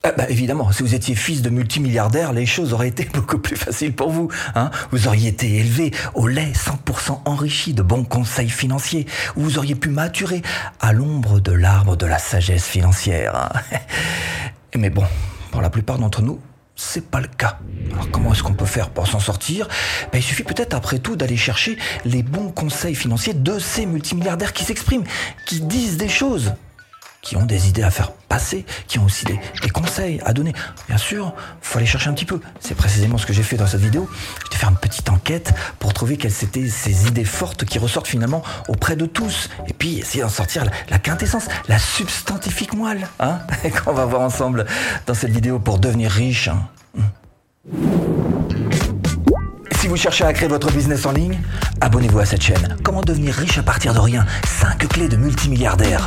Évidemment, si vous étiez fils de multimilliardaire, les choses auraient été beaucoup plus faciles pour vous. Vous auriez été élevé au lait 100% enrichi de bons conseils financiers. Vous auriez pu maturer à l'ombre de l'arbre de la sagesse financière. Mais bon, pour la plupart d'entre nous, c'est pas le cas. Alors comment est-ce qu'on peut faire pour s'en sortir ? Il suffit peut-être après tout d'aller chercher les bons conseils financiers de ces multimilliardaires qui s'expriment, qui disent des choses, qui ont des idées à faire passer, qui ont aussi des conseils à donner. Bien sûr, il faut aller chercher un petit peu. C'est précisément ce que j'ai fait dans cette vidéo. J'ai fait une petite enquête pour trouver quelles étaient ces idées fortes qui ressortent finalement auprès de tous. Et puis essayer d'en sortir la quintessence, la substantifique moelle, qu'on va voir ensemble dans cette vidéo pour devenir riche. Si vous cherchez à créer votre business en ligne, abonnez-vous à cette chaîne. Comment devenir riche à partir de rien ? 5 clés de multimilliardaires.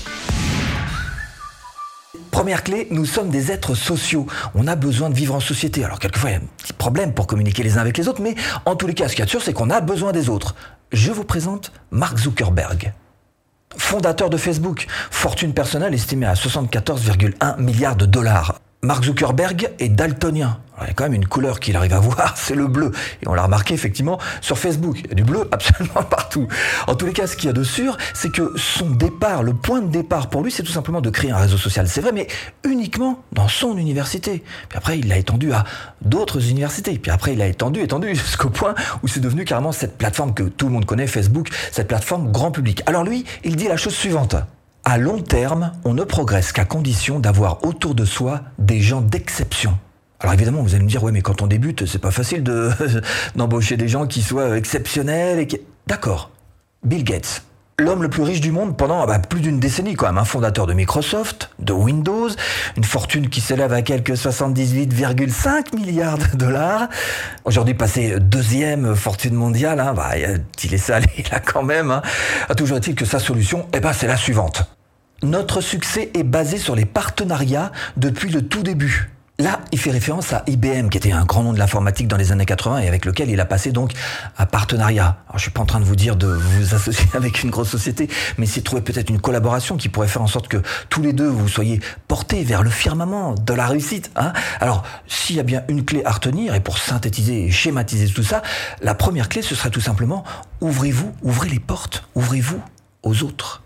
Première clé, nous sommes des êtres sociaux. On a besoin de vivre en société. Alors quelquefois, il y a un petit problème pour communiquer les uns avec les autres, mais en tous les cas, ce qu'il y a de sûr, c'est qu'on a besoin des autres. Je vous présente Mark Zuckerberg, fondateur de Facebook, fortune personnelle estimée à 74,1 milliards de dollars. Mark Zuckerberg est daltonien. Alors, il y a quand même une couleur qu'il arrive à voir, c'est le bleu. Et on l'a remarqué effectivement sur Facebook. Il y a du bleu absolument partout. En tous les cas, ce qu'il y a de sûr, c'est que son départ, le point de départ pour lui, c'est tout simplement de créer un réseau social. C'est vrai, mais uniquement dans son université. Puis après, il l'a étendu à d'autres universités. Puis après, il l'a étendu jusqu'au point où c'est devenu carrément cette plateforme que tout le monde connaît, Facebook, cette plateforme grand public. Alors lui, il dit la chose suivante. À long terme, on ne progresse qu'à condition d'avoir autour de soi des gens d'exception. Alors évidemment, vous allez me dire, ouais, mais quand on débute, c'est pas facile d'embaucher des gens qui soient exceptionnels et qui... D'accord. Bill Gates, l'homme le plus riche du monde pendant plus d'une décennie quand même, un fondateur de Microsoft, de Windows, une fortune qui s'élève à quelques 78,5 milliards de dollars. Aujourd'hui passé deuxième fortune mondiale, il laissé aller là quand même. Toujours est-il que sa solution, c'est la suivante. Notre succès est basé sur les partenariats depuis le tout début. Là, il fait référence à IBM, qui était un grand nom de l'informatique dans les années 80 et avec lequel il a passé donc un partenariat. Alors, je suis pas en train de vous dire de vous associer avec une grosse société, mais c'est de trouver peut-être une collaboration qui pourrait faire en sorte que tous les deux vous soyez portés vers le firmament de la réussite. Alors, s'il y a bien une clé à retenir, et pour synthétiser et schématiser tout ça, la première clé, ce serait tout simplement ouvrez les portes, ouvrez-vous aux autres.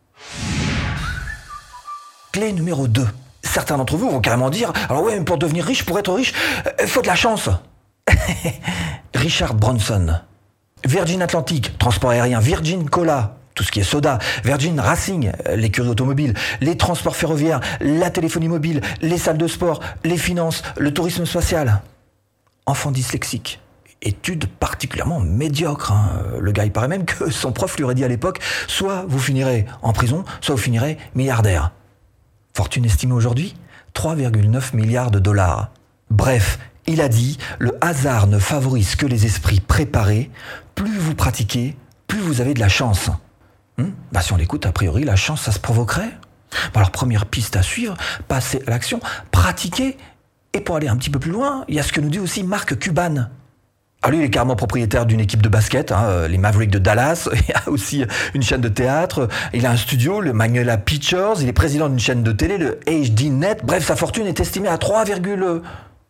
Clé numéro 2. Certains d'entre vous vont carrément dire « Alors ouais, mais pour devenir riche, pour être riche, il faut de la chance !» Richard Branson. Virgin Atlantic, transport aérien, Virgin Cola, tout ce qui est soda, Virgin Racing, l'écurie automobile, les transports ferroviaires, la téléphonie mobile, les salles de sport, les finances, le tourisme spatial. Enfant dyslexique. Études particulièrement médiocres. Le gars, il paraît même que son prof lui aurait dit à l'époque « Soit vous finirez en prison, soit vous finirez milliardaire ». Fortune estimée aujourd'hui 3,9 milliards de dollars. Bref, il a dit « Le hasard ne favorise que les esprits préparés. Plus vous pratiquez, plus vous avez de la chance. » Si on l'écoute, a priori, la chance, ça se provoquerait. Alors, première piste à suivre, passer à l'action, pratiquer. Et pour aller un petit peu plus loin, il y a ce que nous dit aussi Mark Cuban. Alors lui, il est carrément propriétaire d'une équipe de basket, les Mavericks de Dallas. Il a aussi une chaîne de théâtre. Il a un studio, le Magnolia Pictures. Il est président d'une chaîne de télé, le HDNet. Bref, sa fortune est estimée à 3, combien ?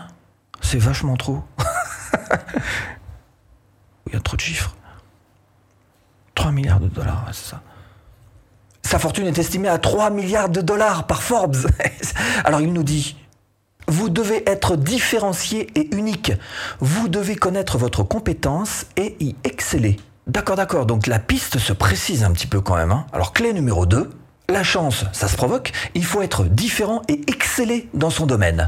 C'est vachement trop. Il y a trop de chiffres. 3 milliards de dollars, c'est ça. Sa fortune est estimée à 3 milliards de dollars par Forbes. Alors il nous dit... Vous devez être différencié et unique. Vous devez connaître votre compétence et y exceller. D'accord. Donc la piste se précise un petit peu quand même. Alors clé numéro 2, la chance, ça se provoque. Il faut être différent et exceller dans son domaine.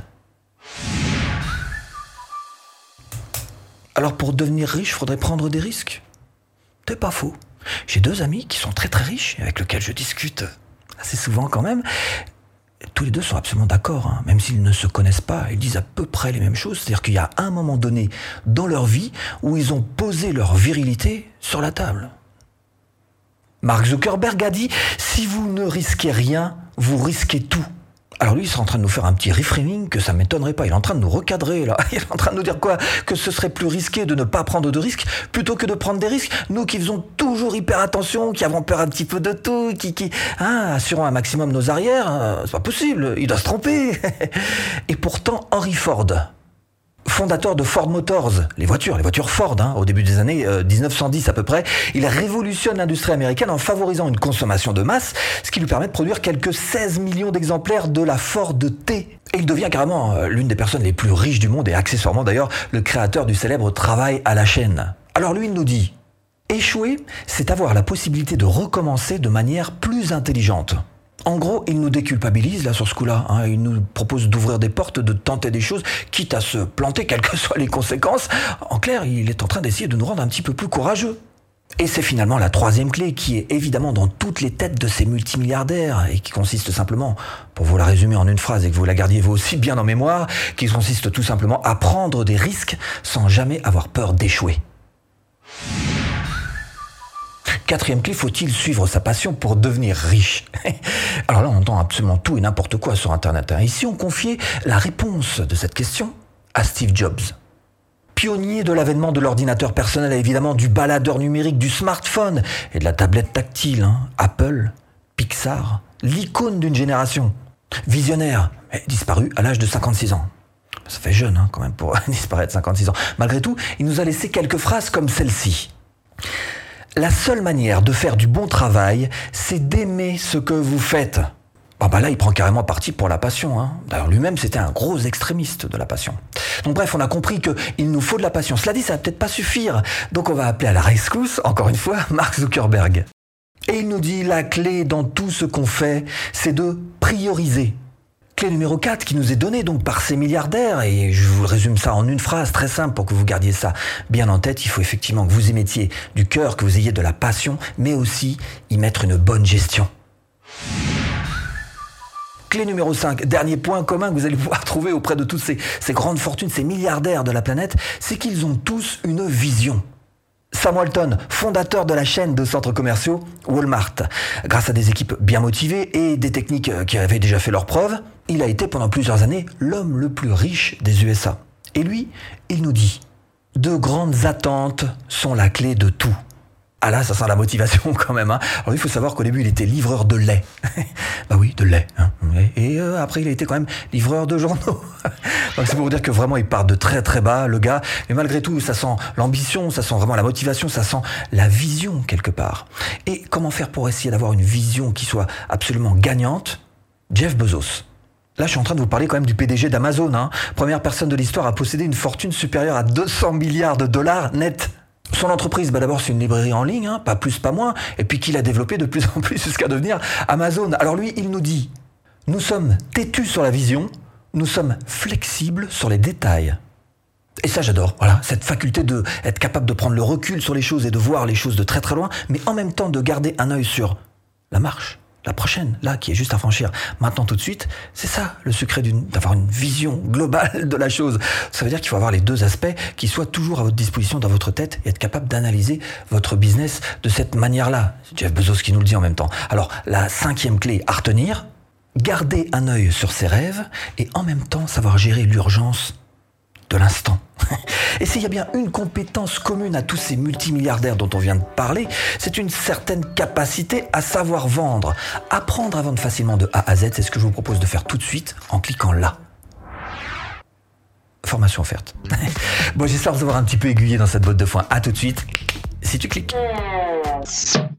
Alors pour devenir riche, il faudrait prendre des risques. C'est pas faux. J'ai 2 amis qui sont très très riches, avec lesquels je discute assez souvent quand même. Tous les deux sont absolument d'accord, même s'ils ne se connaissent pas, ils disent à peu près les mêmes choses. C'est-à-dire qu'il y a un moment donné dans leur vie où ils ont posé leur virilité sur la table. Mark Zuckerberg a dit « Si vous ne risquez rien, vous risquez tout. Alors lui, il sera en train de nous faire un petit reframing que ça m'étonnerait pas. Il est en train de nous recadrer, là. Il est en train de nous dire quoi? Que ce serait plus risqué de ne pas prendre de risques plutôt que de prendre des risques. Nous qui faisons toujours hyper attention, qui avons peur un petit peu de tout, assurons un maximum nos arrières, c'est pas possible, il doit se tromper. Et pourtant, Henry Ford, fondateur de Ford Motors, les voitures Ford, au début des années 1910 à peu près, il révolutionne l'industrie américaine en favorisant une consommation de masse, ce qui lui permet de produire quelques 16 millions d'exemplaires de la Ford T. Et il devient carrément l'une des personnes les plus riches du monde et accessoirement d'ailleurs le créateur du célèbre travail à la chaîne. Alors lui, il nous dit, échouer, c'est avoir la possibilité de recommencer de manière plus intelligente. En gros, il nous déculpabilise là sur ce coup-là. Il nous propose d'ouvrir des portes, de tenter des choses, quitte à se planter, quelles que soient les conséquences. En clair, il est en train d'essayer de nous rendre un petit peu plus courageux. Et c'est finalement la troisième clé qui est évidemment dans toutes les têtes de ces multimilliardaires et qui consiste simplement, pour vous la résumer en une phrase et que vous la gardiez vous aussi bien en mémoire, qui consiste tout simplement à prendre des risques sans jamais avoir peur d'échouer. Quatrième clé, faut-il suivre sa passion pour devenir riche? Alors là, on entend absolument tout et n'importe quoi sur Internet. Ici, on confiait la réponse de cette question à Steve Jobs. Pionnier de l'avènement de l'ordinateur personnel et évidemment du baladeur numérique, du smartphone et de la tablette tactile. Apple, Pixar, l'icône d'une génération. Visionnaire, mais disparu à l'âge de 56 ans. Ça fait jeune quand même pour disparaître 56 ans. Malgré tout, il nous a laissé quelques phrases comme celle-ci. La seule manière de faire du bon travail, c'est d'aimer ce que vous faites. Là, il prend carrément parti pour la passion. D'ailleurs, lui-même, c'était un gros extrémiste de la passion. Donc bref, on a compris qu'il nous faut de la passion. Cela dit, ça va peut-être pas suffire. Donc on va appeler à la rescousse, encore une fois, Mark Zuckerberg. Et il nous dit, la clé dans tout ce qu'on fait, c'est de prioriser. Clé numéro 4 qui nous est donnée donc par ces milliardaires, et je vous résume ça en une phrase très simple pour que vous gardiez ça bien en tête. Il faut effectivement que vous y mettiez du cœur, que vous ayez de la passion, mais aussi y mettre une bonne gestion. Clé numéro 5, dernier point commun que vous allez pouvoir trouver auprès de toutes ces grandes fortunes, ces milliardaires de la planète, c'est qu'ils ont tous une vision. Sam Walton, fondateur de la chaîne de centres commerciaux Walmart. Grâce à des équipes bien motivées et des techniques qui avaient déjà fait leurs preuves, il a été pendant plusieurs années l'homme le plus riche des USA. Et lui, il nous dit « De grandes attentes sont la clé de tout ». Ah là, ça sent la motivation quand même. Alors il faut savoir qu'au début, il était livreur de lait. Oui, de lait. Et après, il a été quand même livreur de journaux. Donc c'est pour vous dire que vraiment, il part de très très bas, le gars. Mais malgré tout, ça sent l'ambition, ça sent vraiment la motivation, ça sent la vision quelque part. Et comment faire pour essayer d'avoir une vision qui soit absolument gagnante? Jeff Bezos. Là, je suis en train de vous parler quand même du PDG d'Amazon. Première personne de l'histoire à posséder une fortune supérieure à 200 milliards de dollars net. Son entreprise, d'abord, c'est une librairie en ligne, pas plus, pas moins, et puis qu'il a développé de plus en plus jusqu'à devenir Amazon. Alors lui, il nous dit, nous sommes têtus sur la vision, nous sommes flexibles sur les détails. Et ça, j'adore, voilà, cette faculté d'être capable de prendre le recul sur les choses et de voir les choses de très très loin, mais en même temps de garder un œil sur la marche. La prochaine, là, qui est juste à franchir maintenant tout de suite, c'est ça le secret d'avoir une vision globale de la chose. Ça veut dire qu'il faut avoir les deux aspects qui soient toujours à votre disposition dans votre tête et être capable d'analyser votre business de cette manière-là. C'est Jeff Bezos qui nous le dit en même temps. Alors, la 5e clé à retenir, garder un œil sur ses rêves et en même temps savoir gérer l'urgence de l'instant. Et s'il y a bien une compétence commune à tous ces multimilliardaires dont on vient de parler, c'est une certaine capacité à savoir vendre. Apprendre à vendre facilement de A à Z, c'est ce que je vous propose de faire tout de suite en cliquant là. Formation offerte. Bon, j'espère vous avoir un petit peu aiguillé dans cette botte de foin. À tout de suite, si tu cliques.